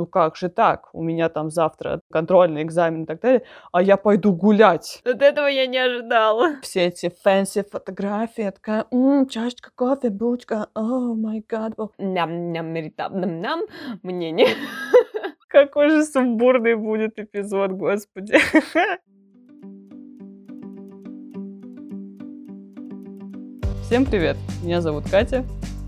ну как же так? У меня там завтра контрольный экзамен и так далее, а я пойду гулять. Вот этого я не ожидала. Все эти фэнси фотографии, я такая, чашечка кофе, булочка, о май гад. Ням-ням, нам мнение. Какой же сумбурный будет эпизод, господи. Всем привет, меня зовут Катя.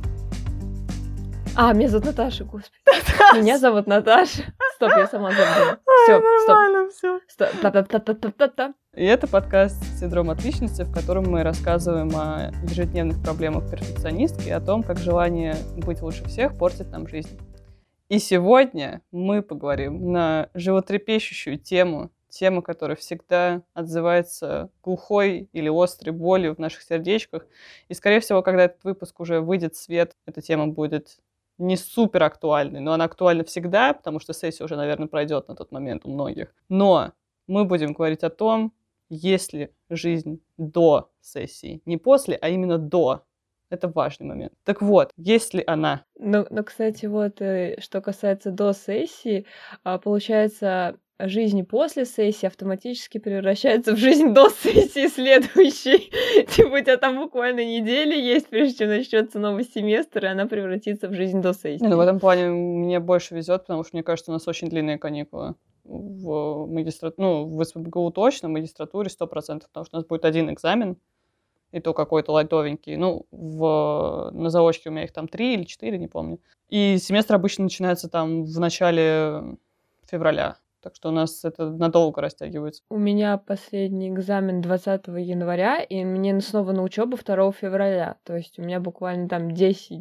Меня зовут Наташа, господи. Меня зовут Наташа. Стоп, я сама забыла. Все, стоп. Стоп. И это подкаст «Синдром отличницы», в котором мы рассказываем о ежедневных проблемах перфекционистки и о том, как желание быть лучше всех портит нам жизнь. И сегодня мы поговорим на животрепещущую тему, которая всегда отзывается глухой или острой болью в наших сердечках. И, скорее всего, когда этот выпуск уже выйдет в свет, эта тема будет не супер актуальной, но она актуальна всегда, потому что сессия уже, наверное, пройдет на тот момент у многих. Но мы будем говорить о том, есть ли жизнь до сессии. Не после, а именно до. Это важный момент. Так вот, есть ли она? Ну, кстати, вот, что касается до сессии, получается, жизнь после сессии автоматически превращается в жизнь до сессии следующей. Типа у тебя там буквально неделя есть, прежде чем начнется новый семестр, и она превратится в жизнь до сессии. В этом плане мне больше везет, потому что, мне кажется, у нас очень длинные каникулы. В магистратуре, в СПбГУ точно, в магистратуре 100%, потому что у нас будет один экзамен, и то какой-то лайтовенький. На заочке у меня их там 3 или 4, не помню. И семестр обычно начинается там в начале февраля. Так что у нас это надолго растягивается. У меня последний экзамен 20 января, и мне снова на учебу 2 февраля. То есть у меня буквально там 10-11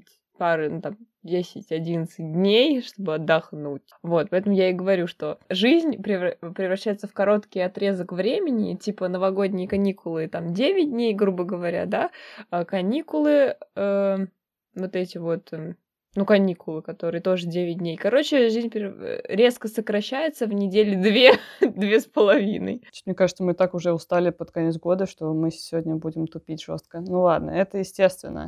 дней, чтобы отдохнуть. Вот, поэтому я и говорю, что жизнь превращается в короткий отрезок времени, типа новогодние каникулы, там 9 дней, грубо говоря, да, а каникулы, каникулы, которые тоже 9 дней. Короче, жизнь резко сокращается в недели 2-2,5. Мне кажется, мы так уже устали под конец года, что мы сегодня будем тупить жестко. Ну ладно, это естественно.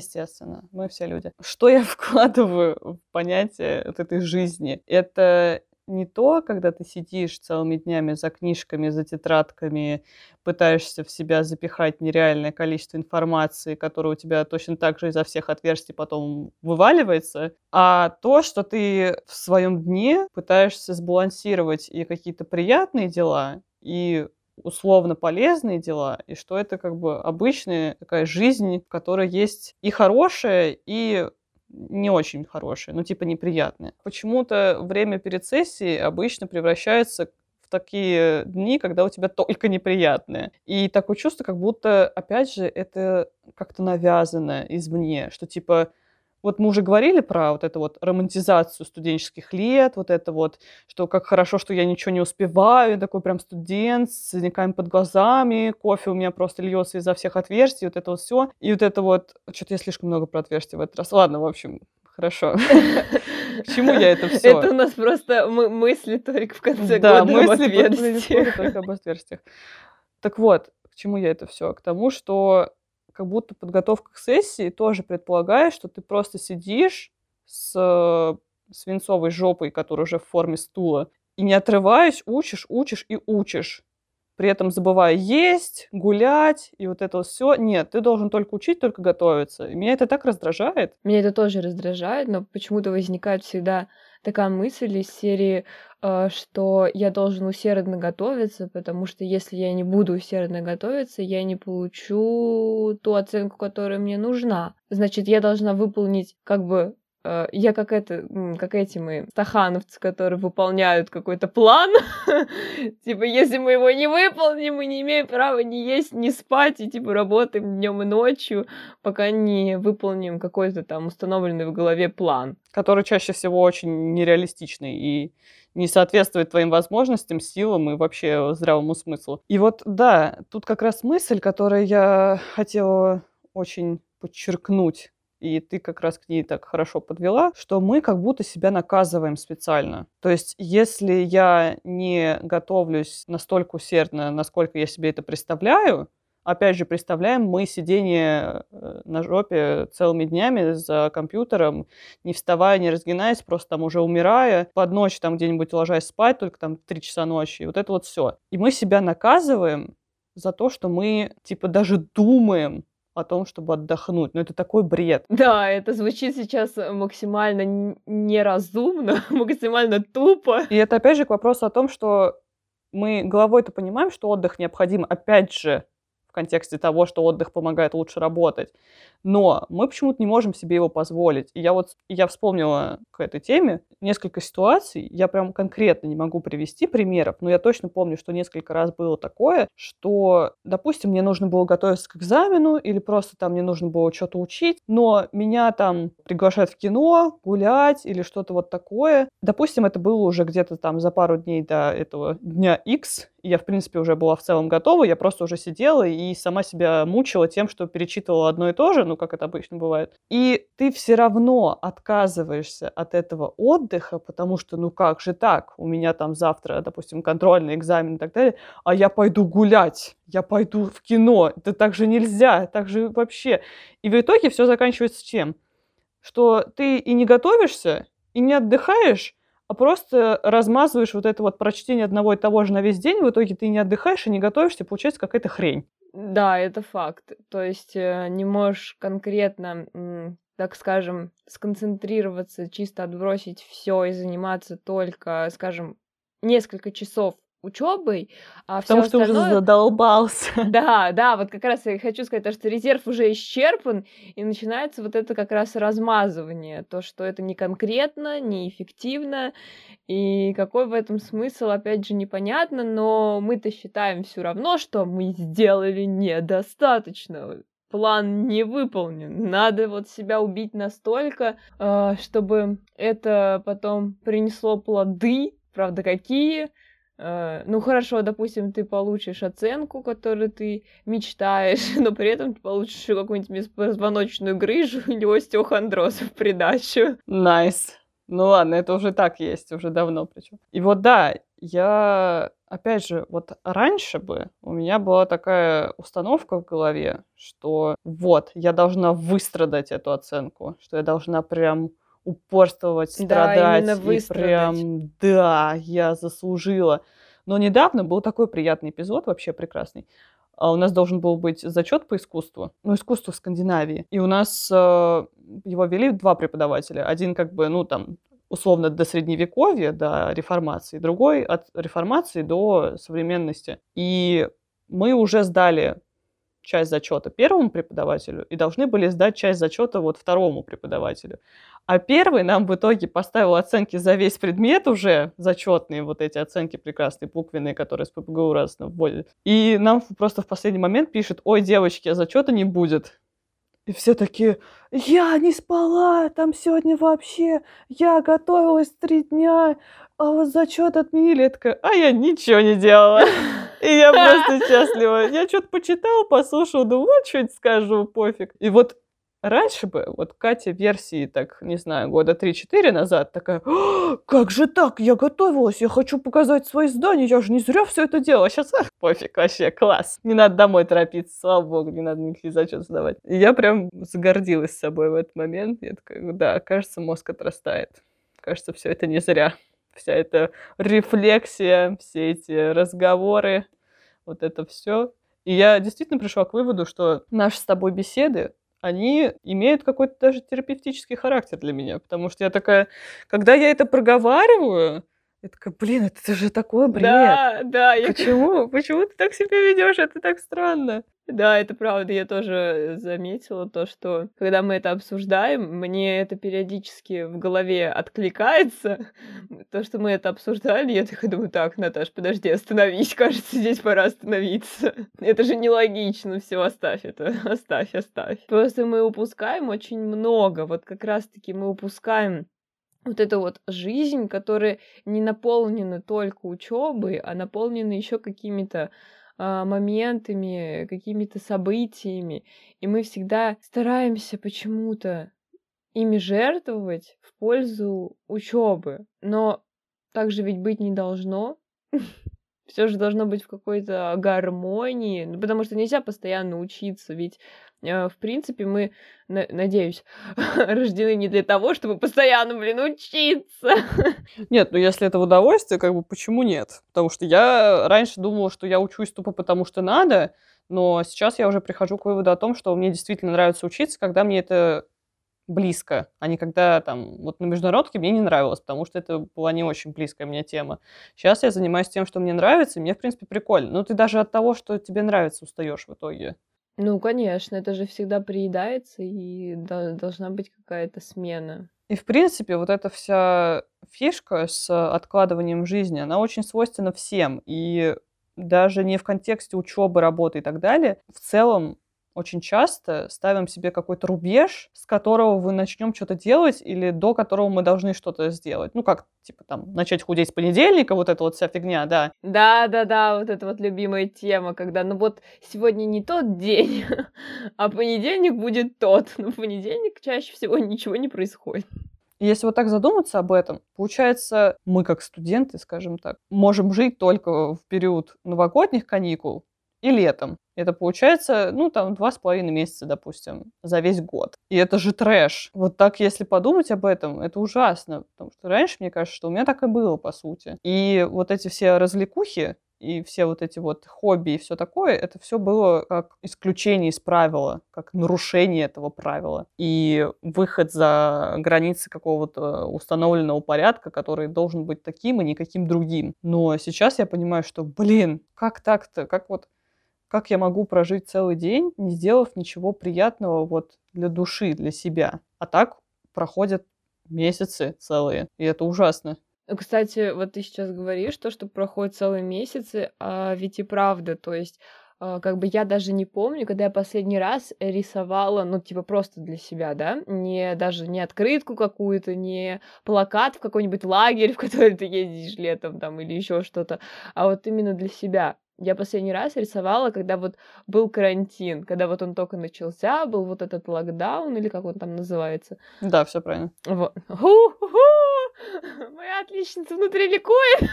Мы все люди. Что я вкладываю в понятие вот этой жизни? Это не то, когда ты сидишь целыми днями за книжками, за тетрадками, пытаешься в себя запихать нереальное количество информации, которая у тебя точно так же изо всех отверстий потом вываливается, а то, что ты в своем дне пытаешься сбалансировать и какие-то приятные дела, и условно полезные дела, и что это как бы обычная такая жизнь, в которой есть и хорошее, и не очень хорошее, неприятное. Почему-то время перед сессией обычно превращается в такие дни, когда у тебя только неприятное. И такое чувство, как будто, опять же, это как-то навязано извне, что вот мы уже говорили про вот эту вот романтизацию студенческих лет, вот это вот, что как хорошо, что я ничего не успеваю, я такой прям студент с синяками под глазами, кофе у меня просто льется изо всех отверстий, вот это вот все. И вот это вот, что-то я слишком много про отверстия в этот раз. Ладно, в общем, хорошо. К чему я это все? Это у нас просто мысли только в конце года об отверстиях. Только об отверстиях. Так вот, к чему я это все? К тому, что как будто подготовка к сессии тоже предполагает, что ты просто сидишь с свинцовой жопой, которая уже в форме стула, и не отрываясь учишь и учишь. При этом забывая есть, гулять и вот это все. Нет, ты должен только учить, только готовиться. И меня это так раздражает. Меня это тоже раздражает, но почему-то возникает всегда такая мысль из серии, что я должен усердно готовиться, потому что если я не буду усердно готовиться, я не получу ту оценку, которая мне нужна. Значит, я должна выполнить я как эти мы стахановцы, которые выполняют какой-то план. Типа, если мы его не выполним, мы не имеем права ни есть, ни спать, и работаем днем и ночью, пока не выполним какой-то там установленный в голове план. Который чаще всего очень нереалистичный и не соответствует твоим возможностям, силам и вообще здравому смыслу. И вот, да, тут как раз мысль, которую я хотела очень подчеркнуть, и ты как раз к ней так хорошо подвела, что мы как будто себя наказываем специально. То есть, если я не готовлюсь настолько усердно, насколько я себе это представляю, Опять же, представляем мы сидение на жопе целыми днями за компьютером, не вставая, не разгинаясь, просто там уже умирая, под ночь там где-нибудь ложась спать, только там 3 часа ночи, и вот это вот все. И мы себя наказываем за то, что мы, типа, даже думаем о том, чтобы отдохнуть. Ну, это такой бред. Да, это звучит сейчас максимально неразумно, максимально тупо. И это, опять же, к вопросу о том, что мы головой-то понимаем, что отдых необходим, опять же, в контексте того, что отдых помогает лучше работать. Но мы почему-то не можем себе его позволить. И я вспомнила к этой теме несколько ситуаций. Я прям конкретно не могу привести примеров, но я точно помню, что несколько раз было такое, что, допустим, мне нужно было готовиться к экзамену или просто там мне нужно было что-то учить, но меня там приглашают в кино, гулять или что-то вот такое. Допустим, это было уже где-то там за пару дней до этого дня X, и я, в принципе, уже была в целом готова, я просто уже сидела и сама себя мучила тем, что перечитывала одно и то же, ну, как это обычно бывает. И ты все равно отказываешься от этого отдыха, потому что, ну, как же так? У меня там завтра, допустим, контрольный экзамен и так далее, а я пойду гулять, я пойду в кино. Это так же нельзя, так же вообще. И в итоге все заканчивается чем? Что ты и не готовишься, и не отдыхаешь, а просто размазываешь вот это вот прочтение одного и того же на весь день, в итоге ты не отдыхаешь и не готовишься, и получается какая-то хрень. Да, это факт. То есть не можешь конкретно, так скажем, сконцентрироваться, чисто отбросить все и заниматься только, скажем, несколько часов учебой, а все Потому что уже остальное. задолбался. Да, да, вот как раз я и хочу сказать, то, что резерв уже исчерпан, и начинается вот это как раз размазывание, то, что это не конкретно, не эффективно, и какой в этом смысл, опять же, непонятно, но мы-то считаем все равно, что мы сделали недостаточно. План не выполнен. Надо вот себя убить настолько, чтобы это потом принесло плоды. Правда, какие? Ну хорошо, допустим, ты получишь оценку, которую ты мечтаешь, но при этом ты получишь еще какую-нибудь беспозвоночную грыжу или остеохондроз в придачу. Найс. Ну ладно, это уже так есть, уже давно причем. И вот да, я, опять же, вот раньше бы у меня была такая установка в голове, что вот, я должна выстрадать эту оценку, что я должна прям упорствовать, Да, именно страдать, и выстрадать. прям, да, я заслужила. Но недавно был такой приятный эпизод, вообще прекрасный. У нас должен был быть зачет по искусству, ну, искусство в Скандинавии. И у нас его вели два преподавателя. Один как бы, ну, там, условно, до Средневековья, до Реформации, другой от Реформации до современности. И мы уже сдали часть зачета первому преподавателю и должны были сдать часть зачета вот второму преподавателю. А первый нам в итоге поставил оценки за весь предмет уже, зачетные вот эти оценки прекрасные, буквенные, которые с ППГУ раз вводят. И нам просто в последний момент пишет: ой, девочки, а зачета не будет. И все такие: я не спала там сегодня вообще, я готовилась 3 дня, а вот зачет отменили. Я такая: а я ничего не делала. И я просто счастлива. Я что-то почитал, послушал, думаю, вот что-нибудь скажу, пофиг. И вот раньше бы, вот Катя версии, так, не знаю, года 3-4 назад, такая: «А, как же так? Я готовилась, я хочу показать свои знания, я же не зря все это делала. А сейчас, пофиг, вообще, класс. Не надо домой торопиться, слава богу, не надо никакие зачеты сдавать». И я прям загордилась собой в этот момент. Я такая: да, кажется, мозг отрастает. Кажется, все это не зря. Вся эта рефлексия, все эти разговоры, вот это все. И я действительно пришла к выводу, что наши с тобой беседы, они имеют какой-то даже терапевтический характер для меня. Потому что я такая, когда я это проговариваю, я такая: блин, это же такой бред. Да, да, Почему? Почему ты так себя ведешь? Это так странно. Да, это правда. Я тоже заметила то, что когда мы это обсуждаем, мне это периодически в голове откликается. То, что мы это обсуждали, я такая думаю: так, Наташ, подожди, остановись, кажется, здесь пора остановиться. Это же нелогично, все, оставь это, оставь, оставь. Просто мы упускаем очень много, вот как раз-таки мы упускаем вот эту вот жизнь, которая не наполнена только учебой, а наполнена еще какими-то моментами, какими-то событиями. И мы всегда стараемся почему-то ими жертвовать в пользу учебы. Но так же ведь быть не должно. Все же должно быть в какой-то гармонии, ну, потому что нельзя постоянно учиться, ведь, в принципе, мы, надеюсь, рождены не для того, чтобы постоянно, учиться. Нет, ну если это в удовольствие, как бы почему нет? Потому что я раньше думала, что я учусь тупо потому, что надо, но сейчас я уже прихожу к выводу о том, что мне действительно нравится учиться, когда мне это близко, а не когда там вот на международке мне не нравилось, потому что это была не очень близкая мне тема. Сейчас я занимаюсь тем, что мне нравится, и мне, в принципе, прикольно. Но ты даже от того, что тебе нравится, устаешь в итоге. Ну, конечно, это же всегда приедается, и должна быть какая-то смена. И, в принципе, вот эта вся фишка с откладыванием жизни, она очень свойственна всем. И даже не в контексте учебы, работы и так далее. В целом, очень часто ставим себе какой-то рубеж, с которого мы начнем что-то делать или до которого мы должны что-то сделать. Ну, как, типа, там, начать худеть с понедельника, вот эта вот вся фигня, да. Да-да-да, вот это вот любимая тема, когда, ну вот сегодня не тот день, а понедельник будет тот. Но в понедельник чаще всего ничего не происходит. И если вот так задуматься об этом, получается, мы как студенты, скажем так, можем жить только в период новогодних каникул и летом. Это получается, ну, там, 2,5 месяца, допустим, за весь год. И это же трэш. Вот так, если подумать об этом, это ужасно. Потому что раньше, мне кажется, что у меня так и было, по сути. И вот эти все развлекухи, и все вот эти вот хобби и все такое, это все было как исключение из правила, как нарушение этого правила. И выход за границы какого-то установленного порядка, который должен быть таким и никаким другим. Но сейчас я понимаю, что, блин, как так-то? Как я могу прожить целый день, не сделав ничего приятного вот для души, для себя? А так проходят месяцы целые, и это ужасно. Кстати, вот ты сейчас говоришь то, что проходят целые месяцы, а ведь и правда, то есть, как бы я даже не помню, когда я последний раз рисовала, ну, типа, просто для себя, да, даже не открытку какую-то, не плакат в какой-нибудь лагерь, в который ты ездишь летом там или еще что-то, а вот именно для себя. Я последний раз рисовала, когда вот был карантин, когда вот он только начался, был вот этот локдаун, или как он там называется. Да, все правильно. Вот. Ху-ху-ху! Моя отличница внутри ликует.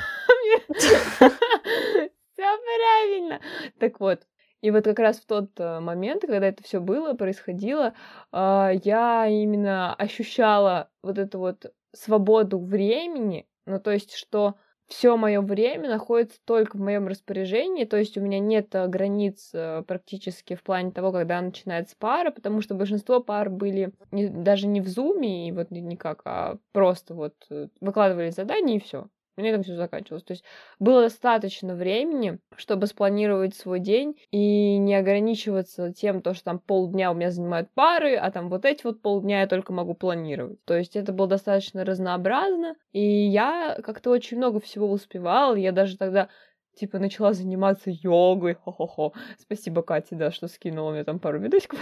Все правильно. Так вот, и вот как раз в тот момент, когда это все было, происходило, я именно ощущала вот эту вот свободу времени, ну, то есть, что все мое время находится только в моем распоряжении, то есть у меня нет границ практически в плане того, когда начинается пара, потому что большинство пар были даже не в зуме и вот никак, а просто вот выкладывали задания и все. На этом все заканчивалось. То есть было достаточно времени, чтобы спланировать свой день и не ограничиваться тем, то, что там полдня у меня занимают пары, а там вот эти вот полдня я только могу планировать. То есть это было достаточно разнообразно, и я как-то очень много всего успевала. Я даже тогда типа начала заниматься йогой. Хо-хо-хо. Спасибо, Кате, да, что скинула мне там пару видосиков.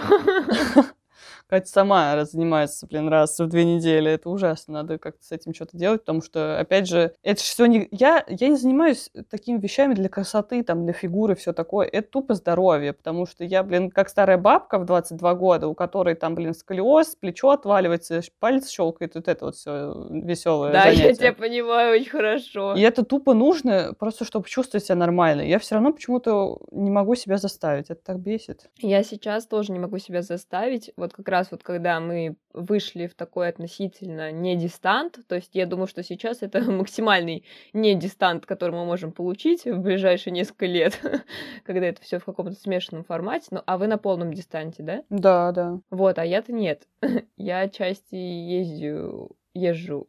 Катя сама занимается, блин, раз в 2 недели. Это ужасно. Надо как-то с этим что-то делать, потому что, опять же, это же все не... Я не занимаюсь такими вещами для красоты, там, для фигуры, все такое. Это тупо здоровье, потому что я, блин, как старая бабка в 22 года, у которой там, блин, сколиоз, плечо отваливается, палец щелкает, вот это вот все веселое Да, я тебя занятие. понимаю очень хорошо. И это тупо нужно, просто чтобы чувствовать себя нормально. Я все равно почему-то не могу себя заставить. Это так бесит. Я сейчас тоже не могу себя заставить. Вот как раз вот когда мы вышли в такой относительно не дистант, то есть я думаю, что сейчас это максимальный не дистант, который мы можем получить в ближайшие несколько лет, когда это все в каком-то смешанном формате. Ну, а вы на полном дистанте, да? Да, да. Вот, а я-то нет. Я отчасти езжу. Да, Ездию.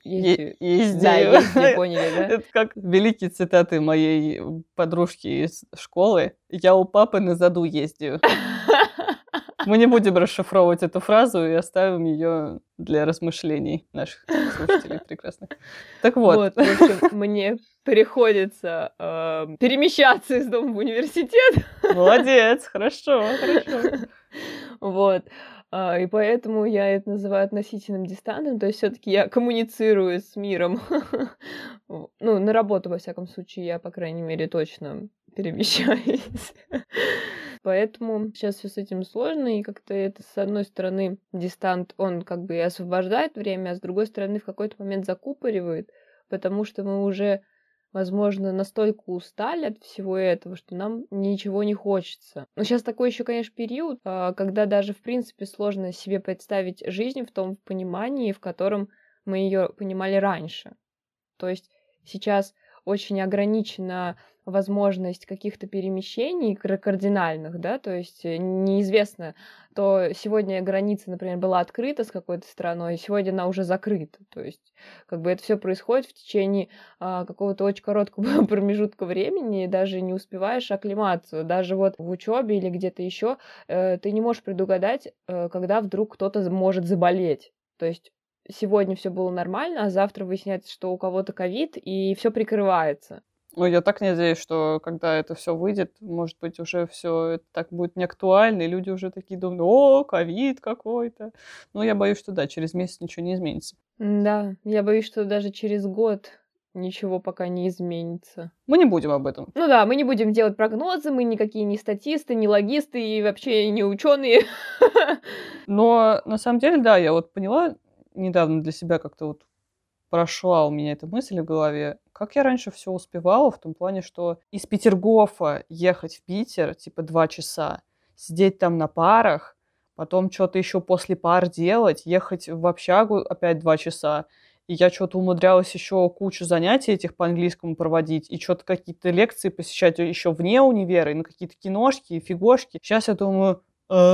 езди, поняли, да? Это как великие цитаты моей подружки из школы. «Я у папы на заду ездию». Мы не будем расшифровывать эту фразу и оставим ее для размышлений наших слушателей прекрасных. Так вот. Вот, в общем, мне приходится перемещаться из дома в университет. Молодец, хорошо, хорошо. Вот. И поэтому я это называю относительным дистантом, то есть все-таки я коммуницирую с миром. Ну, на работу, во всяком случае, я, по крайней мере, точно перемещаюсь. Поэтому сейчас все с этим сложно, и как-то это, с одной стороны, дистант, он как бы и освобождает время, а с другой стороны, в какой-то момент закупоривает, потому что мы уже возможно, настолько устали от всего этого, что нам ничего не хочется. Но сейчас такой еще, конечно, период, когда даже, в принципе, сложно себе представить жизнь в том понимании, в котором мы ее понимали раньше. То есть сейчас очень ограничена возможность каких-то перемещений кардинальных, да, то есть неизвестно, то сегодня граница, например, была открыта с какой-то страной, и сегодня она уже закрыта. То есть как бы это все происходит в течение какого-то очень короткого промежутка времени, и даже не успеваешь акклиматься. Даже вот в учебе или где-то еще ты не можешь предугадать, когда вдруг кто-то может заболеть. То есть сегодня все было нормально, а завтра выясняется, что у кого-то ковид, и все прикрывается. Ой, я так надеюсь, что когда это все выйдет, может быть, уже все это так будет не актуально, и люди уже такие думают: "О, ковид какой-то". Но я боюсь, что да, через месяц ничего не изменится. Да, я боюсь, что даже через год ничего пока не изменится. Мы не будем об этом. Ну да, мы не будем делать прогнозы, мы никакие не статисты, не логисты и вообще не ученые. Но на самом деле, да, я вот поняла недавно для себя, как-то вот прошла у меня эта мысль в голове, как я раньше все успевала, в том плане, что из Петергофа ехать в Питер, типа 2 часа, сидеть там на парах, потом что то еще после пар делать, ехать в общагу опять 2 часа. И я что то умудрялась еще кучу занятий этих по английскому проводить, и что то какие-то лекции посещать еще вне универа, и на какие-то киношки и фигошки. Сейчас я думаю: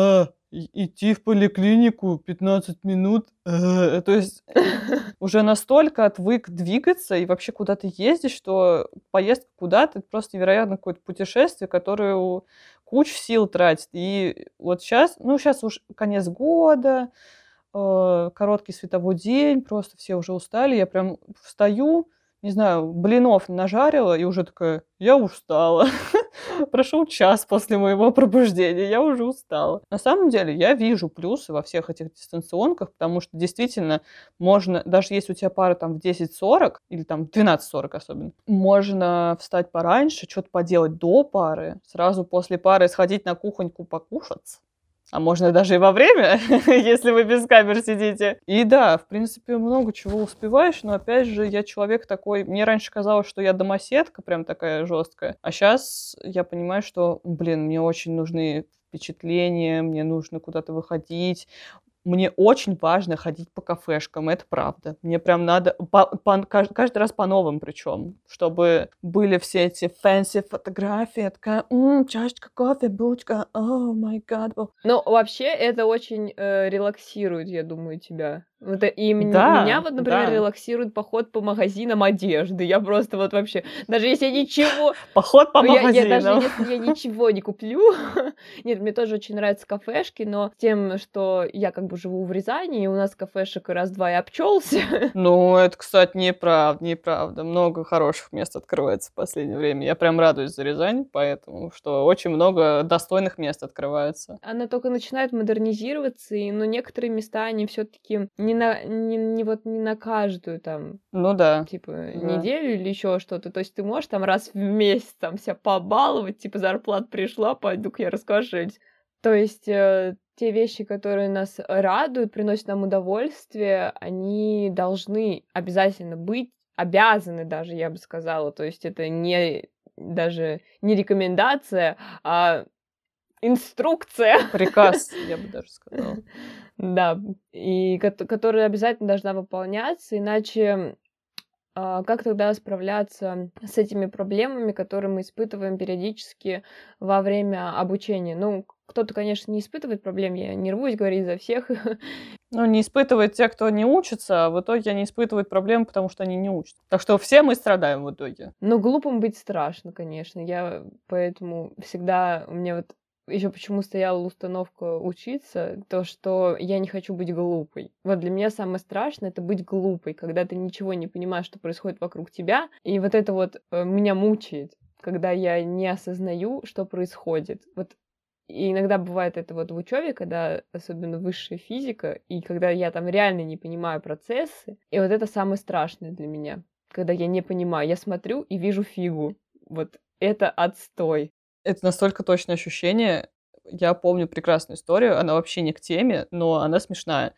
идти в поликлинику 15 минут, То есть уже настолько отвык двигаться и вообще куда-то ездить, что поездка куда-то — это просто невероятно какое-то путешествие, которое кучу сил тратит. И вот сейчас уж конец года, короткий световой день, просто все уже устали. Я прям встаю, не знаю, блинов нажарила и уже такая: "Я устала". Прошел час после моего пробуждения, я уже устала. На самом деле я вижу плюсы во всех этих дистанционках, потому что действительно можно, даже если у тебя пара там в 10:40 или там в 12:40 особенно, можно встать пораньше, что-то поделать до пары, сразу после пары сходить на кухоньку покушать. А можно даже и во время, если вы без камер сидите. И да, в принципе, много чего успеваешь, но опять же, я человек такой. Мне раньше казалось, что я домоседка прям такая жесткая, а сейчас я понимаю, что, блин, мне очень нужны впечатления, мне нужно куда-то выходить. Мне очень важно ходить по кафешкам, это правда. Мне прям надо каждый раз по новым причем, чтобы были все эти fancy фотографии. Я такая: чашечка кофе, булочка, о май гад. Ну, вообще, это очень релаксирует, я думаю, тебя. Вот, и меня Да, вот, например, да. релаксирует поход по магазинам одежды. Я просто вот вообще, даже если я ничего, Поход по я даже магазинам. если я ничего не куплю, нет, мне тоже очень нравятся кафешки, но тем, что я как бы живу в Рязани, и у нас кафешек раз-два и обчелся. Ну, это, кстати, неправда, неправда. Много хороших мест открывается в последнее время. Я прям радуюсь за Рязань, поэтому что очень много достойных мест открывается. Она только начинает модернизироваться, но некоторые места, они все-таки не на каждую там Ну да, типа да. неделю или еще что-то. То есть ты можешь там раз в месяц там себя побаловать, типа зарплата пришла, пойду-ка я раскошелюсь. То есть те вещи, которые нас радуют, приносят нам удовольствие, они должны обязательно быть, обязаны даже, я бы сказала. То есть это даже не рекомендация, а инструкция. Приказ, я бы даже сказала. Да, и которая обязательно должна выполняться, иначе как тогда справляться с этими проблемами, которые мы испытываем периодически во время обучения? Ну, кто-то, конечно, не испытывает проблем, я не рвусь говорить за всех. Ну, не испытывают те, кто не учится, а в итоге они испытывают проблемы, потому что они не учатся. Так что все мы страдаем в итоге. Но глупым быть страшно, конечно. Я поэтому всегда, у меня вот еще почему стояла установка учиться, то, что я не хочу быть глупой. Вот для меня самое страшное — это быть глупой, когда ты ничего не понимаешь, что происходит вокруг тебя, и вот это вот меня мучает, когда я не осознаю, что происходит. Вот и иногда бывает это вот в учебе, когда особенно высшая физика, и когда я там реально не понимаю процессы, и вот это самое страшное для меня, когда я не понимаю, я смотрю и вижу фигу. Вот это отстой. Это настолько точное ощущение. Я помню прекрасную историю, она вообще не к теме, но она смешная.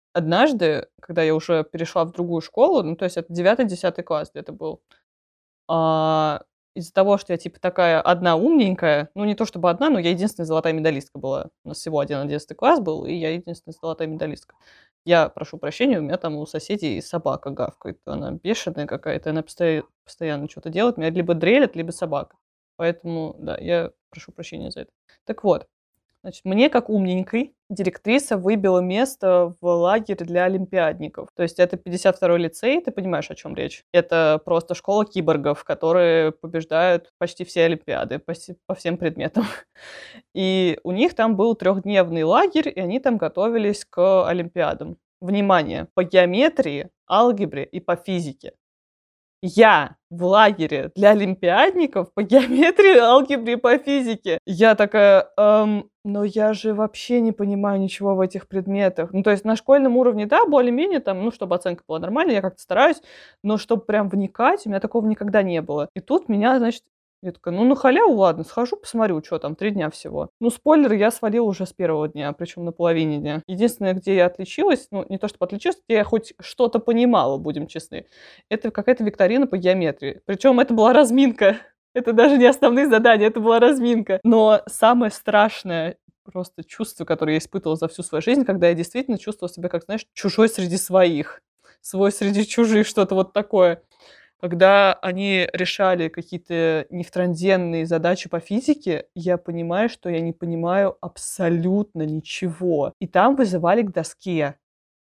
Однажды, когда я уже перешла в другую школу, ну, то есть это 9-10 класс где-то был, Из-за того, что я, типа, такая одна умненькая, ну, не то чтобы одна, но я единственная золотая медалистка была. У нас всего один 11 класс был, и я единственная золотая медалистка. Я прошу прощения, у меня там у соседей собака гавкает. Она бешеная какая-то, она постоянно что-то делает. Меня либо дрелят, либо собака. Поэтому, да, я прошу прощения за это. Так вот, значит, мне, как умненькой, директриса выбила место в лагере для олимпиадников. То есть это 52-й лицей, ты понимаешь, о чем речь? Это просто школа киборгов, которые побеждают почти все олимпиады по всем предметам. И у них там был 3-дневный лагерь, и они там готовились к олимпиадам. Внимание, по геометрии, алгебре и по физике. Я в лагере для олимпиадников по геометрии, алгебре и по физике. Я такая, но я же вообще не понимаю ничего в этих предметах. Ну, то есть на школьном уровне, да, более-менее там, ну, чтобы оценка была нормальная, я как-то стараюсь, но чтобы прям вникать, у меня такого никогда не было. И тут меня, значит, я такая, ну, на халяву, ладно, схожу, посмотрю, что там, 3 дня всего. Ну, спойлер, я свалила уже с первого дня, причем на половине дня. Единственное, где я отличилась, ну, не то чтобы отличилась, где я хоть что-то понимала, будем честны, это какая-то викторина по геометрии. Причем это была разминка. Это даже не основные задания, это была разминка. Но самое страшное просто чувство, которое я испытывала за всю свою жизнь, когда я действительно чувствовала себя, как, знаешь, чужой среди своих, свой среди чужих, что-то вот такое. Когда они решали какие-то нефтронденные задачи по физике, я понимаю, что я не понимаю абсолютно ничего. И там вызывали к доске.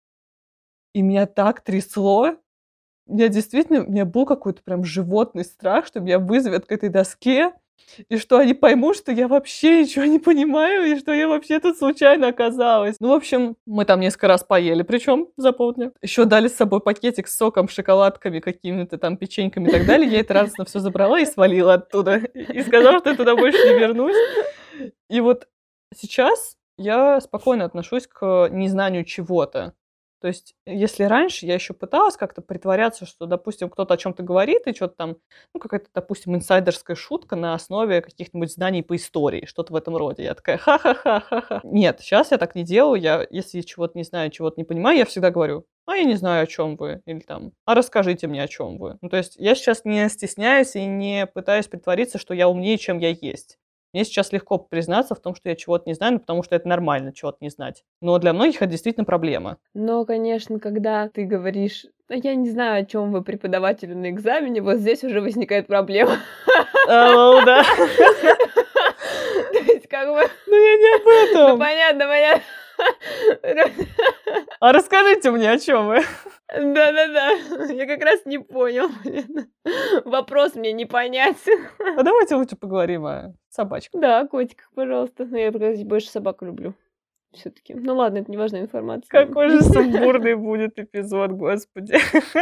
И меня так трясло. У меня был какой-то прям животный страх, что меня вызовет к этой доске, и что они поймут, что я вообще ничего не понимаю, и что я вообще тут случайно оказалась. Ну, в общем, мы там несколько раз поели, причем за полдня. Еще дали с собой пакетик с соком, шоколадками, какими-то там печеньками и так далее. Я это радостно все забрала и свалила оттуда. И сказала, что я туда больше не вернусь. И вот сейчас я спокойно отношусь к незнанию чего-то. То есть, если раньше я еще пыталась как-то притворяться, что, допустим, кто-то о чем-то говорит, и что-то там, ну, какая-то, допустим, инсайдерская шутка на основе каких-нибудь знаний по истории, что-то в этом роде. Я такая, ха-ха-ха-ха-ха. Нет, сейчас я так не делаю. Если чего-то не знаю, чего-то не понимаю, я всегда говорю, а я не знаю, о чем вы, или там, а расскажите мне, о чем вы. Ну, то есть я сейчас не стесняюсь и не пытаюсь притвориться, что я умнее, чем я есть. Мне сейчас легко признаться в том, что я чего-то не знаю, ну, потому что это нормально чего-то не знать. Но для многих это действительно проблема. Но, конечно, когда ты говоришь, я не знаю, о чем вы преподавателю на экзамене, вот здесь уже возникает проблема. Да. То есть, как бы... Ну, я не об этом. Ну, понятно, понятно. А расскажите мне, о чем вы. Да-да-да, я как раз не понял. Вопрос мне непонятен. А давайте лучше поговорим о собачках. Да, о котиках, пожалуйста. Но я больше собак люблю. Все-таки. Ну ладно, это не важная информация. Какой же сумбурный будет эпизод, господи.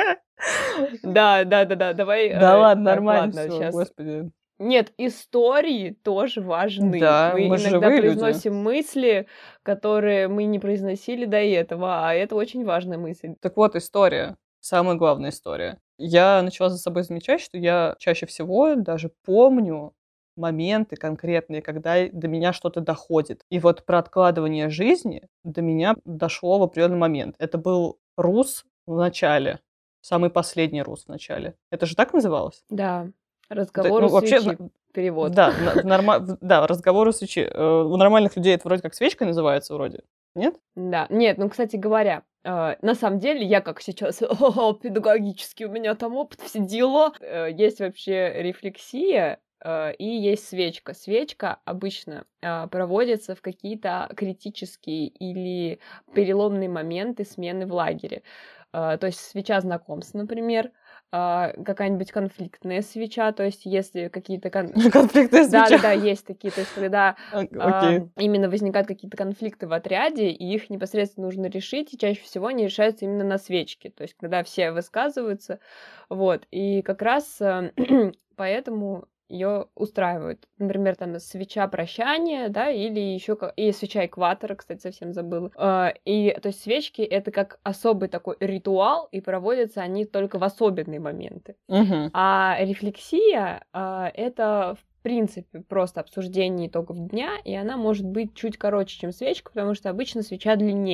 Да, давай. Да ладно, нормально ладно, все, сейчас. господи. Нет, истории тоже важны. Да, мы мы же иногда живые люди. произносим мысли, которые мы не произносили до этого, а это очень важная мысль. Так вот, история. Самая главная история. Я начала за собой замечать, что я чаще всего даже помню моменты конкретные, когда до меня что-то доходит. И вот про откладывание жизни до меня дошло в определенный момент. Это был рус в начале. Самый последний рус в начале. Это же так называлось? Да, Ну, разговор у вообще, свечи. Перевод. да, да, разговор у свечи. У нормальных людей это вроде как свечка называется, вроде. Нет? Да. Нет, ну, кстати говоря, на самом деле, я как сейчас педагогически, у меня там опыт, все дела. Есть вообще рефлексия, и есть свечка. Свечка обычно проводится в какие-то критические или переломные моменты смены в лагере. То есть свеча знакомств, например, какая-нибудь конфликтная свеча, то есть если какие-то... Конфликтная свеча? Да, есть такие, то есть когда именно возникают какие-то конфликты в отряде, и их непосредственно нужно решить, и чаще всего они решаются именно на свечке, то есть когда все высказываются, вот, и как раз поэтому ее устраивают. Например, там свеча прощания, да, или еще и свеча экватора, кстати, совсем забыла. И то есть свечки это как особый такой ритуал, и проводятся они только в особенные моменты. Угу. А рефлексия это в принципе просто обсуждение итогов дня, и она может быть чуть короче, чем свечка, потому что обычно свеча длиннее.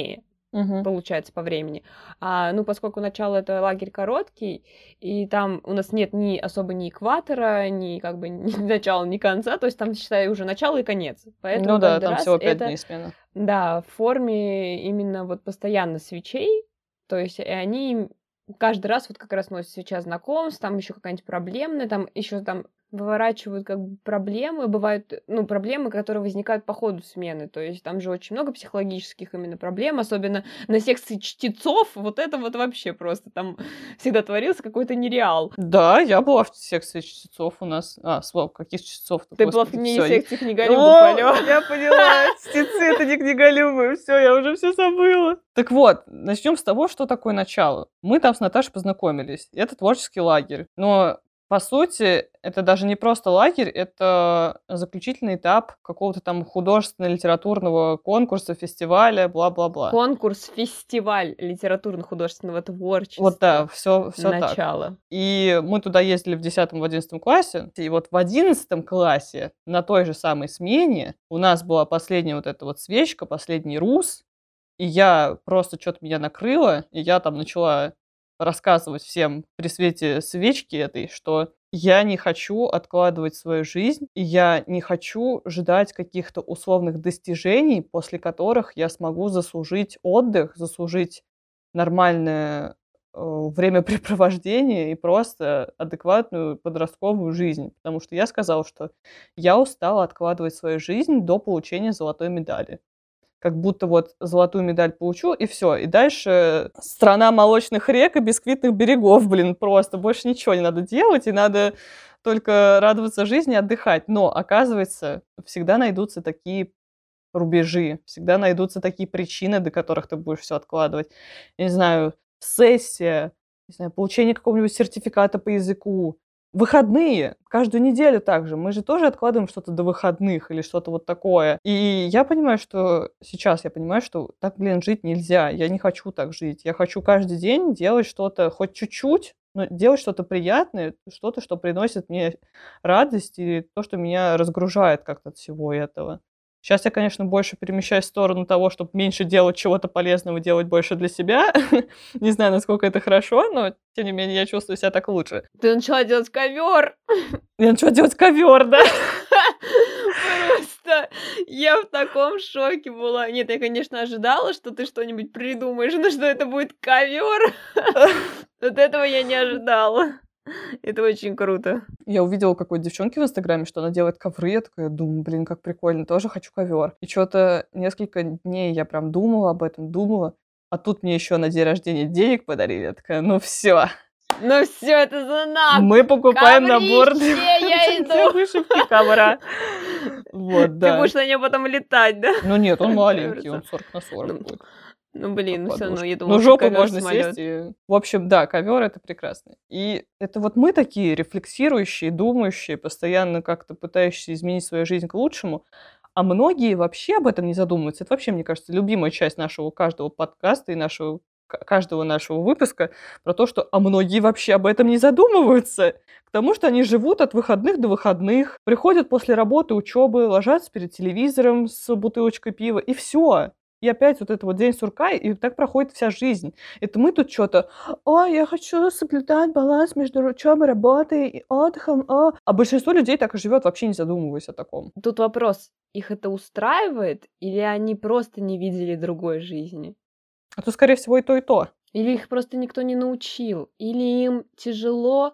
Мгм. получается, по времени. Ну, поскольку начало это лагерь короткий, и там у нас нет особо ни экватора, ни как бы ни начала, ни конца, то есть там, считай, уже начало и конец. Поэтому Ну да, каждый там раз всего 5 это, дней смена. да, в форме именно вот постоянно свечей, то есть и они каждый раз вот как раз носят свеча знакомств, там еще какая-нибудь проблемная, там еще там выворачивают как бы проблемы, бывают, проблемы, которые возникают по ходу смены, то есть там же очень много психологических именно проблем, особенно на секции чтецов, вот это вот вообще просто там всегда творился какой-то нереал. Да, я была в секции чтецов у нас. Слава, каких чтецов-то, Ты была в господи, ней всё, секции книголюбов, алло. я поняла, чтецы — это не книголюбы, всё, я уже всё забыла. Так вот, начнем с того, что такое начало. Мы там с Наташей познакомились. Это творческий лагерь. Но, по сути, это даже не просто лагерь, это заключительный этап какого-то там художественно-литературного конкурса, фестиваля, бла-бла-бла. Конкурс-фестиваль литературно-художественного Вот творчества. да, всё так. Начало. И мы туда ездили в 10-11 классе. И вот в 11 классе на той же самой смене у нас была последняя вот эта вот свечка, последний рус. И я просто что-то меня накрыло, и я там начала рассказывать всем при свете свечки этой, что я не хочу откладывать свою жизнь, и я не хочу ждать каких-то условных достижений, после которых я смогу заслужить отдых, заслужить нормальное времяпрепровождение и просто адекватную подростковую жизнь. Потому что я сказала, что я устала откладывать свою жизнь до получения золотой медали. Как будто вот золотую медаль получу, и все. И дальше страна молочных рек и бисквитных берегов, блин, просто. Больше ничего не надо делать, и надо только радоваться жизни и отдыхать. Но, оказывается, всегда найдутся такие рубежи, всегда найдутся такие причины, до которых ты будешь все откладывать. Я не знаю, сессия, не знаю, получение какого-нибудь сертификата по языку, выходные, каждую неделю также. Мы же тоже откладываем что-то до выходных или что-то вот такое. И я понимаю, что сейчас я понимаю, что так, блин, жить нельзя. Я не хочу так жить. Я хочу каждый день делать что-то хоть чуть-чуть, но делать что-то приятное, что-то, что приносит мне радость и то, что меня разгружает как-то от всего этого. Сейчас я, конечно, больше перемещаюсь в сторону того, чтобы меньше делать чего-то полезного, делать больше для себя. Не знаю, насколько это хорошо, но тем не менее я чувствую себя так лучше. Ты начала делать ковер. Я начала делать ковер, да? Просто я в таком шоке была. Нет, я, конечно, ожидала, что ты что-нибудь придумаешь, но что это будет ковер. Вот этого я не ожидала. Это очень круто. Я увидела у какой-то девчонки в Инстаграме, что она делает ковры. Я такая думаю, блин, как прикольно, тоже хочу ковер. И что-то несколько дней я прям думала об этом, думала. А тут мне еще на день рождения денег подарили. Я такая, ну все, Ну все, это знак. мы покупаем набор Коврище, я для иду. вышивки ковра. Вот, Ты да. будешь на нем потом летать, да? Ну нет, он маленький, Кажется. он 40 на 40 Ну, будет. Ну, блин, ну все равно, Подушка. я думала, Ну, что жопу ковер можно самолет. сесть. В общем, да, ковер это прекрасно. И это вот мы такие рефлексирующие, думающие, постоянно как-то пытающиеся изменить свою жизнь к лучшему. А многие вообще об этом не задумываются. Это вообще, мне кажется, любимая часть нашего каждого подкаста и каждого нашего выпуска про то, что многие вообще об этом не задумываются. К тому, что они живут от выходных до выходных, приходят после работы, учебы, ложатся перед телевизором с бутылочкой пива, и все. И опять вот это вот день сурка, и так проходит вся жизнь. Это мы тут что-то, я хочу соблюдать баланс между учебой, работой и отдыхом. А большинство людей так и живет, вообще не задумываясь о таком. Тут вопрос, их это устраивает, или они просто не видели другой жизни? А то, скорее всего, и то, и то. Или их просто никто не научил? Или им тяжело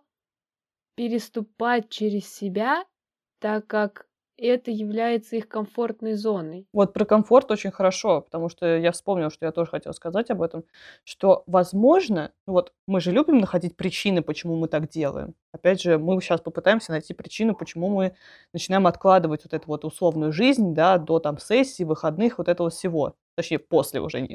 переступать через себя, так как это является их комфортной зоной? Вот про комфорт очень хорошо, потому что я вспомнила, что я тоже хотела сказать об этом, что, возможно, вот мы же любим находить причины, почему мы так делаем. Опять же, мы сейчас попытаемся найти причину, почему мы начинаем откладывать вот эту вот условную жизнь, да, до там сессий, выходных, вот этого всего. Точнее, после уже них.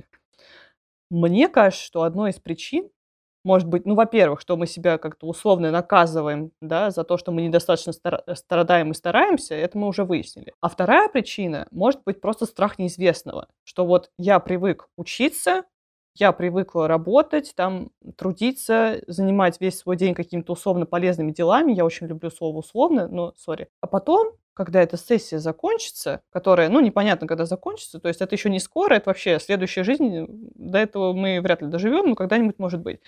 Мне кажется, что одной из причин может быть, во-первых, что мы себя как-то условно наказываем, да, за то, что мы недостаточно страдаем и стараемся, это мы уже выяснили. А вторая причина может быть просто страх неизвестного, что вот я привык учиться, я привыкла работать, там, трудиться, занимать весь свой день какими-то условно полезными делами. Я очень люблю слово «условно», но сори. А потом, когда эта сессия закончится, которая, ну, непонятно, когда закончится, то есть это еще не скоро, это вообще следующая жизнь, до этого мы вряд ли доживем, но когда-нибудь может быть.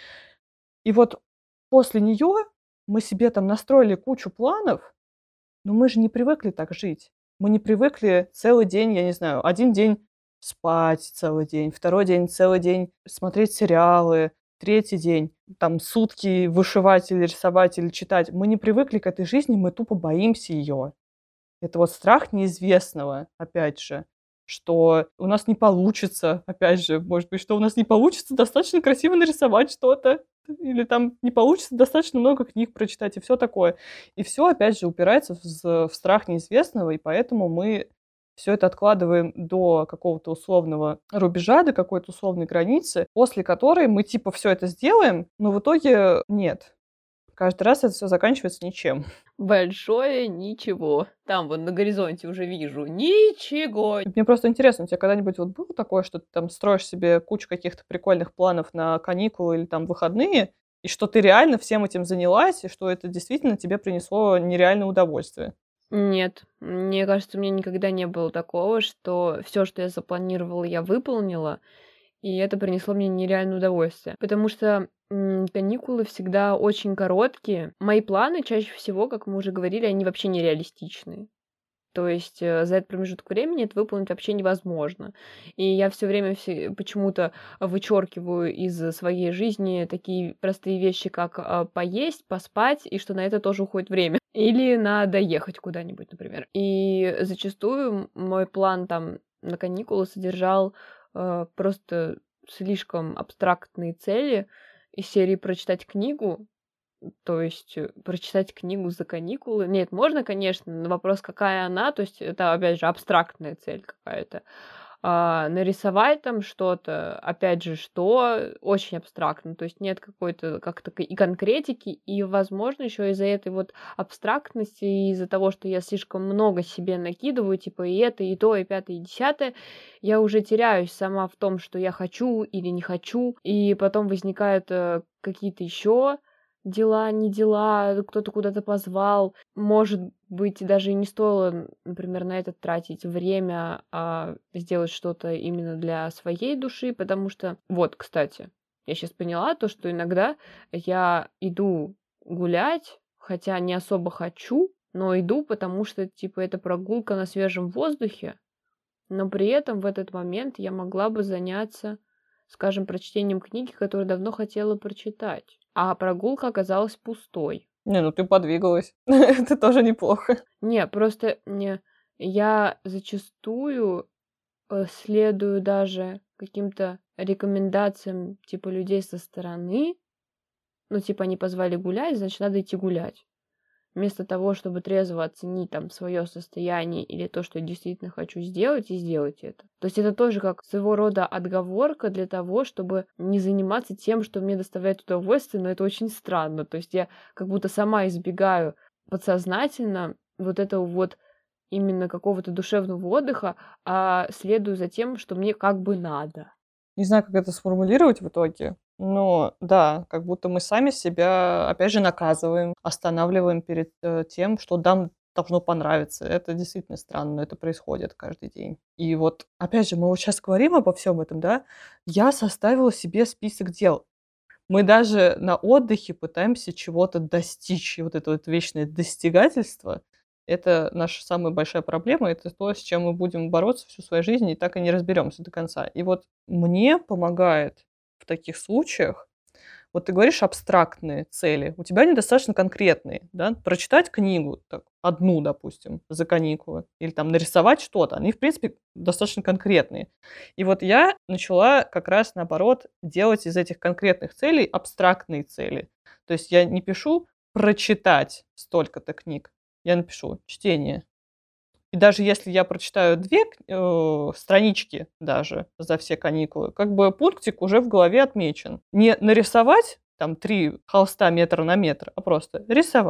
И вот после нее мы себе там настроили кучу планов, но мы же не привыкли так жить. Мы не привыкли целый день, я не знаю, один день спать целый день, второй день целый день смотреть сериалы, третий день там сутки вышивать или рисовать или читать. Мы не привыкли к этой жизни, мы тупо боимся ее. Это вот страх неизвестного, опять же, что у нас не получится, опять же, может быть, что у нас не получится достаточно красиво нарисовать что-то, или там не получится достаточно много книг прочитать, и все такое. И все, опять же, упирается в страх неизвестного, и поэтому мы все это откладываем до какого-то условного рубежа, до какой-то условной границы, после которой мы типа все это сделаем, но в итоге нет. Каждый раз это все заканчивается ничем. Большое ничего. Там вот на горизонте уже вижу. Ничего. Мне просто интересно, у тебя когда-нибудь вот было такое, что ты там строишь себе кучу каких-то прикольных планов на каникулы или там выходные, и что ты реально всем этим занялась, и что это действительно тебе принесло нереальное удовольствие? Нет, мне кажется, у меня никогда не было такого, что все, что я запланировала, я выполнила, и это принесло мне нереальное удовольствие. Потому что каникулы всегда очень короткие. Мои планы чаще всего, как мы уже говорили, они вообще нереалистичные. То есть за этот промежуток времени это выполнить вообще невозможно. И я все время почему-то вычеркиваю из своей жизни такие простые вещи, как поесть, поспать, и что на это тоже уходит время. Или на доехать куда-нибудь, например. И зачастую мой план там на каникулы содержал просто слишком абстрактные цели из серии прочитать книгу, то есть прочитать книгу за каникулы. Нет, можно, конечно, но вопрос, какая она. То есть это, опять же, абстрактная цель какая-то. Нарисовать там что-то, опять же, что очень абстрактно. То есть нет какой-то как-то и конкретики, и, возможно, еще из-за этой вот абстрактности, и из-за того, что я слишком много себе накидываю, типа и это, и то, и пятое, и десятое, я уже теряюсь сама в том, что я хочу или не хочу, и потом возникают какие-то еще дела, не дела, кто-то куда-то позвал. Может быть, даже и не стоило, например, на это тратить время, а сделать что-то именно для своей души, потому что, вот, кстати, я сейчас поняла то, что иногда я иду гулять, хотя не особо хочу, но иду, потому что, типа, это прогулка на свежем воздухе, но при этом в этот момент я могла бы заняться, скажем, прочтением книги, которую давно хотела прочитать. А прогулка оказалась пустой. Не, ну ты подвигалась. Это тоже неплохо. Не, просто я зачастую следую даже каким-то рекомендациям типа людей со стороны. Ну, типа, они позвали гулять, значит, надо идти гулять. Вместо того, чтобы трезво оценить там свое состояние или то, что я действительно хочу сделать, и сделать это. То есть это тоже как своего рода отговорка для того, чтобы не заниматься тем, что мне доставляет удовольствие, но это очень странно. То есть я как будто сама избегаю подсознательно вот этого вот именно какого-то душевного отдыха, а следую за тем, что мне как бы надо. Не знаю, как это сформулировать в итоге, но да, как будто мы сами себя, опять же, наказываем, останавливаем перед тем, что нам должно понравиться. Это действительно странно, но это происходит каждый день. И вот, опять же, мы вот сейчас говорим обо всем этом, да, я составила себе список дел. Мы даже на отдыхе пытаемся чего-то достичь. И вот это вот вечное достигательство — это наша самая большая проблема. Это то, с чем мы будем бороться всю свою жизнь, и так и не разберемся до конца. И вот мне помогает в таких случаях, вот ты говоришь абстрактные цели, у тебя они достаточно конкретные, да? Прочитать книгу, так, одну, допустим, за каникулы, или там нарисовать что-то, они, в принципе, достаточно конкретные. И вот я начала как раз, наоборот, делать из этих конкретных целей абстрактные цели. То есть я не пишу «прочитать столько-то книг», я напишу «чтение». И даже если я прочитаю 2 странички даже за все каникулы, как бы пунктик уже в голове отмечен. Не нарисовать там 3 холста метр на метр, а просто рисовать.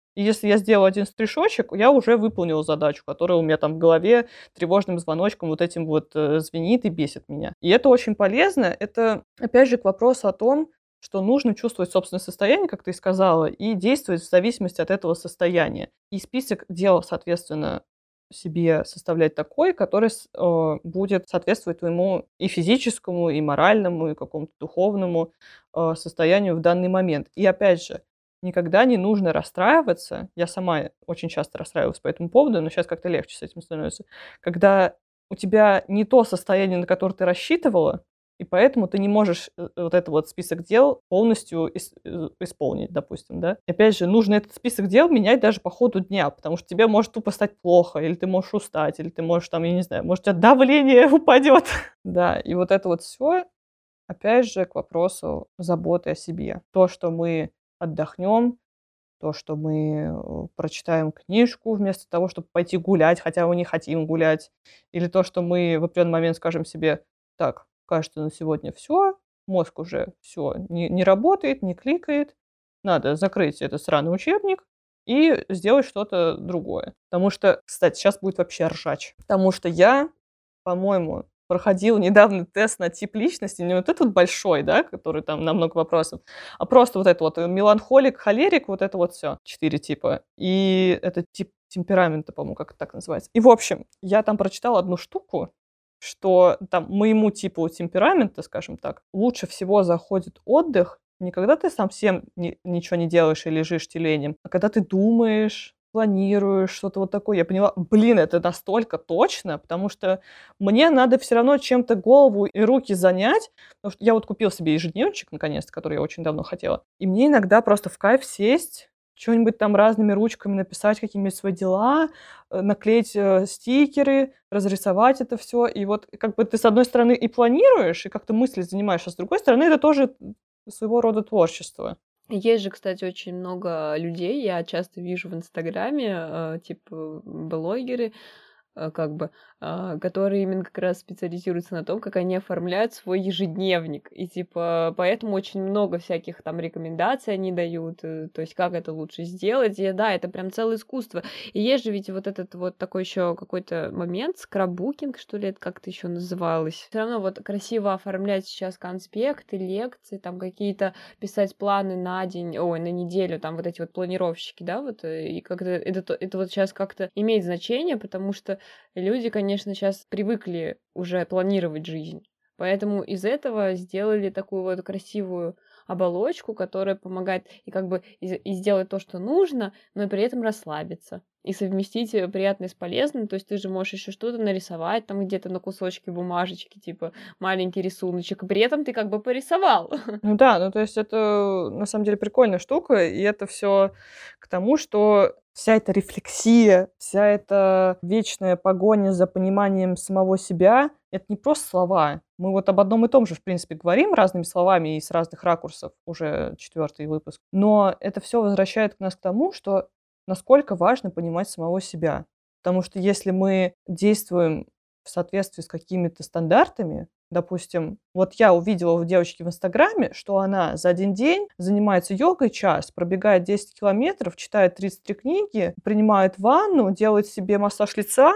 И если я сделала один штришочек, я уже выполнила задачу, которая у меня там в голове тревожным звоночком вот этим вот звенит и бесит меня. И это очень полезно. Это, опять же, к вопросу о том, что нужно чувствовать собственное состояние, как ты и сказала, и действовать в зависимости от этого состояния. И список дел, соответственно, себе составлять такой, который будет соответствовать твоему и физическому, и моральному, и какому-то духовному состоянию в данный момент. И опять же, никогда не нужно расстраиваться. Я сама очень часто расстраивалась по этому поводу, но сейчас как-то легче с этим становится. Когда у тебя не то состояние, на которое ты рассчитывала, и поэтому ты не можешь вот этот вот список дел полностью исполнить, допустим, да. И опять же, нужно этот список дел менять даже по ходу дня, потому что тебе может тупо стать плохо, или ты можешь устать, или ты можешь там, я не знаю, может, у тебя давление упадет. Да, и вот это вот все, опять же, к вопросу заботы о себе. То, что мы отдохнем, то, что мы прочитаем книжку вместо того, чтобы пойти гулять, хотя мы не хотим гулять, или то, что мы в определенный момент скажем себе: так, кажется, на сегодня все, мозг уже все не работает, не кликает, надо закрыть этот сраный учебник и сделать что-то другое. Потому что, кстати, сейчас будет вообще ржач. Потому что я, по-моему, проходила недавно тест на тип личности, не вот этот большой, да, который там на много вопросов, а просто вот это вот меланхолик, холерик, вот это вот все 4 типа. И это тип темперамента, по-моему, как это так называется. И, в общем, я там прочитала одну штуку, что там моему типу темперамента, скажем так, лучше всего заходит отдых не когда ты сам всем ничего не делаешь и лежишь тюленем, а когда ты думаешь, планируешь, что-то вот такое. Я поняла, блин, это настолько точно, потому что мне надо все равно чем-то голову и руки занять, потому что я вот купила себе ежедневничек, наконец-то, который я очень давно хотела, и мне иногда просто в кайф сесть, что-нибудь там разными ручками написать, какие-нибудь свои дела, наклеить стикеры, разрисовать это все. И вот как бы ты, с одной стороны, и планируешь, и как-то мысли занимаешь, а с другой стороны, это тоже своего рода творчество. Есть же, кстати, очень много людей, я часто вижу в Инстаграме, типа блогеры, как бы, которые именно как раз специализируются на том, как они оформляют свой ежедневник. И типа поэтому очень много всяких там рекомендаций они дают, то есть как это лучше сделать. И да, это прям целое искусство. И есть же ведь вот этот вот такой еще какой-то момент, скраббукинг, что ли, это как-то еще называлось. Все равно вот красиво оформлять сейчас конспекты, лекции, там какие-то писать планы на день, ой, на неделю, там вот эти вот планировщики, да, вот, и как-то это вот сейчас как-то имеет значение, потому что люди, конечно, сейчас привыкли уже планировать жизнь. Поэтому из этого сделали такую вот красивую оболочку, которая помогает и как бы и сделать то, что нужно, но и при этом расслабиться. И совместить приятное с полезным. То есть ты же можешь еще что-то нарисовать там где-то на кусочке бумажечки, типа маленький рисуночек, и при этом ты как бы порисовал. Ну да, ну то есть это на самом деле прикольная штука, и это все к тому, что вся эта рефлексия, вся эта вечная погоня за пониманием самого себя — это не просто слова. Мы вот об одном и том же, в принципе, говорим разными словами и с разных ракурсов, уже 4-й выпуск. Но это все возвращает нас к тому, что насколько важно понимать самого себя. Потому что если мы действуем в соответствии с какими-то стандартами, допустим, вот я увидела у девочки в Инстаграме, что она за один день занимается йогой час, пробегает 10 километров, читает 33 книги, принимает ванну, делает себе массаж лица,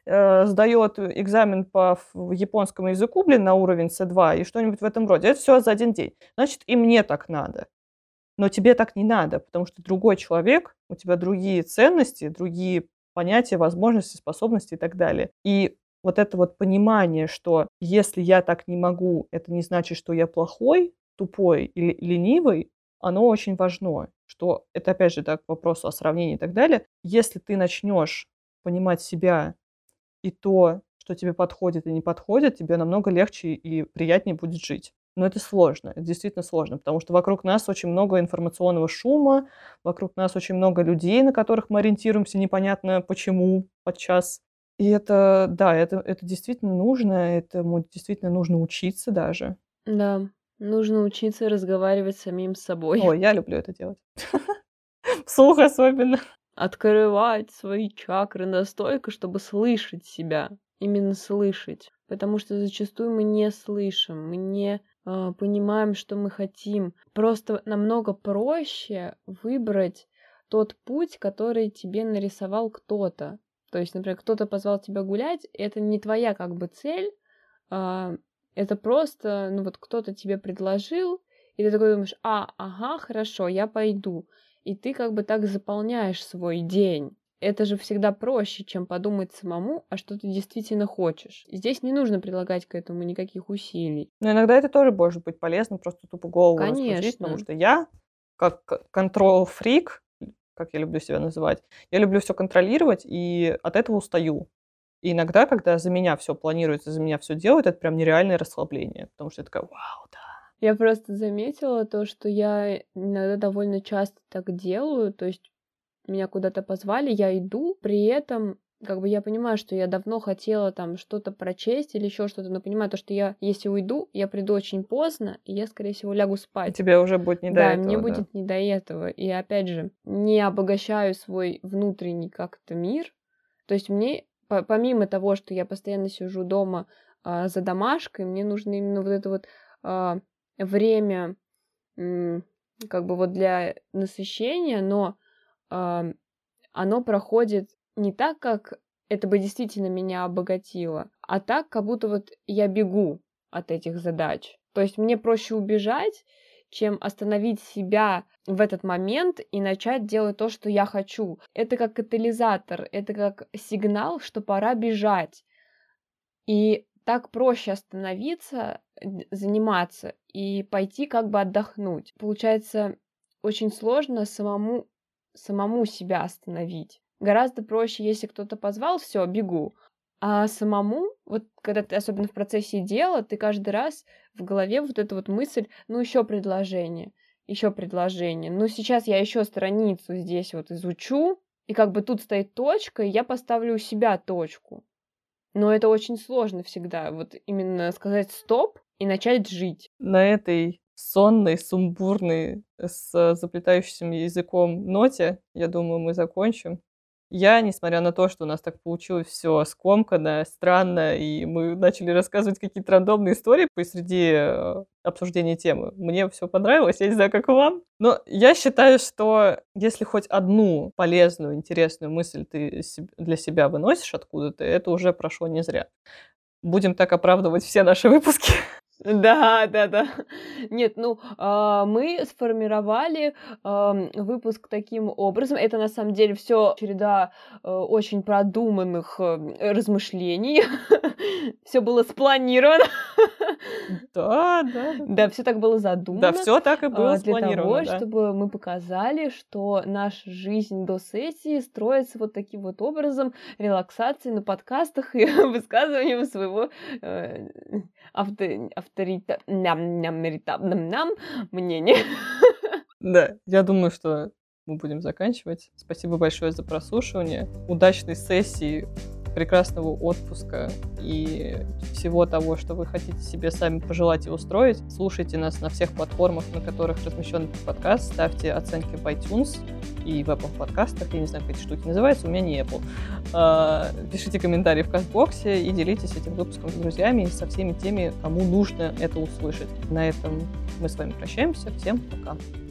сдает экзамен по японскому языку, блин, на уровень С2 и что-нибудь в этом роде. Это все за один день. Значит, и мне так надо. Но тебе так не надо, потому что ты другой человек, у тебя другие ценности, другие понятия, возможности, способности и так далее. И вот это вот понимание, что если я так не могу, это не значит, что я плохой, тупой или ленивый, оно очень важно. Что это, опять же, да, к вопросу о сравнении и так далее. Если ты начнешь понимать себя и то, что тебе подходит и не подходит, тебе намного легче и приятнее будет жить. Но это сложно, это действительно сложно, потому что вокруг нас очень много информационного шума, вокруг нас очень много людей, на которых мы ориентируемся непонятно почему подчас. И это, да, это действительно нужно, этому действительно нужно учиться даже. Да, нужно учиться разговаривать с самим собой. Ой, я люблю это делать. Вслух особенно. Открывать свои чакры настолько, чтобы слышать себя. Именно слышать. Потому что зачастую мы не слышим, мы не понимаем, что мы хотим. Просто намного проще выбрать тот путь, который тебе нарисовал кто-то. То есть, например, кто-то позвал тебя гулять, это не твоя как бы цель, это просто, ну вот кто-то тебе предложил, и ты такой думаешь, ага, хорошо, я пойду. И ты как бы так заполняешь свой день. Это же всегда проще, чем подумать самому, а что ты действительно хочешь. Здесь не нужно прилагать к этому никаких усилий. Но иногда это тоже может быть полезно, просто тупо голову раскрутить, потому Конечно. что я, как контрол-фрик, как я люблю себя называть, я люблю все контролировать и от этого устаю. И иногда, когда за меня все планируется, за меня все делают, это прям нереальное расслабление, потому что я такая: "Вау, да". Я просто заметила то, что я иногда довольно часто так делаю, то есть меня куда-то позвали, я иду, при этом как бы я понимаю, что я давно хотела там что-то прочесть или еще что-то, но понимаю то, что я, если уйду, я приду очень поздно, и я, скорее всего, лягу И спать. тебе уже будет не до Да, мне этого, да. будет не до этого. И опять же, не обогащаю свой внутренний как-то мир. То есть мне, помимо того, что я постоянно сижу дома за домашкой, мне нужно именно вот это вот время как бы вот для насыщения, но оно проходит не так, как это бы действительно меня обогатило, а так, как будто вот я бегу от этих задач. То есть мне проще убежать, чем остановить себя в этот момент и начать делать то, что я хочу. Это как катализатор, это как сигнал, что пора бежать. И так проще остановиться, заниматься и пойти как бы отдохнуть. Получается, очень сложно самому себя остановить. Гораздо проще, если кто-то позвал, все, бегу. А самому, вот когда ты особенно в процессе дела, ты каждый раз в голове вот эта вот мысль, ну еще предложение. Ну сейчас я еще страницу здесь вот изучу, и как бы тут стоит точка, и я поставлю у себя точку. Но это очень сложно всегда, вот именно сказать стоп и начать жить. На этой сонной, сумбурной, с заплетающимся языком ноте, я думаю, мы закончим. Я, несмотря на то, что у нас так получилось все скомканно, странно, и мы начали рассказывать какие-то рандомные истории посреди обсуждения темы, мне все понравилось, я не знаю, как вам. Но я считаю, что если хоть одну полезную, интересную мысль ты для себя выносишь откуда-то, это уже прошло не зря. Будем так оправдывать все наши выпуски. Да. Нет, ну, мы сформировали выпуск таким образом. Это на самом деле все череда очень продуманных размышлений. Все было спланировано. Да. Да, все так было Да, задумано. все так и было Для спланировано, того, да. чтобы мы показали, что наша жизнь до сессии строится вот таким вот образом, релаксацией на подкастах и высказыванием своего авторитетного мнения. Да, я думаю, что мы будем заканчивать. Спасибо большое за прослушивание. Удачной сессии, прекрасного отпуска и всего того, что вы хотите себе сами пожелать и устроить. Слушайте нас на всех платформах, на которых размещен этот подкаст. Ставьте оценки в iTunes и в Apple подкастах. Я не знаю, как эти штуки называются, у меня не Apple. Пишите комментарии в Кастбоксе и делитесь этим выпуском с друзьями и со всеми теми, кому нужно это услышать. На этом мы с вами прощаемся. Всем пока.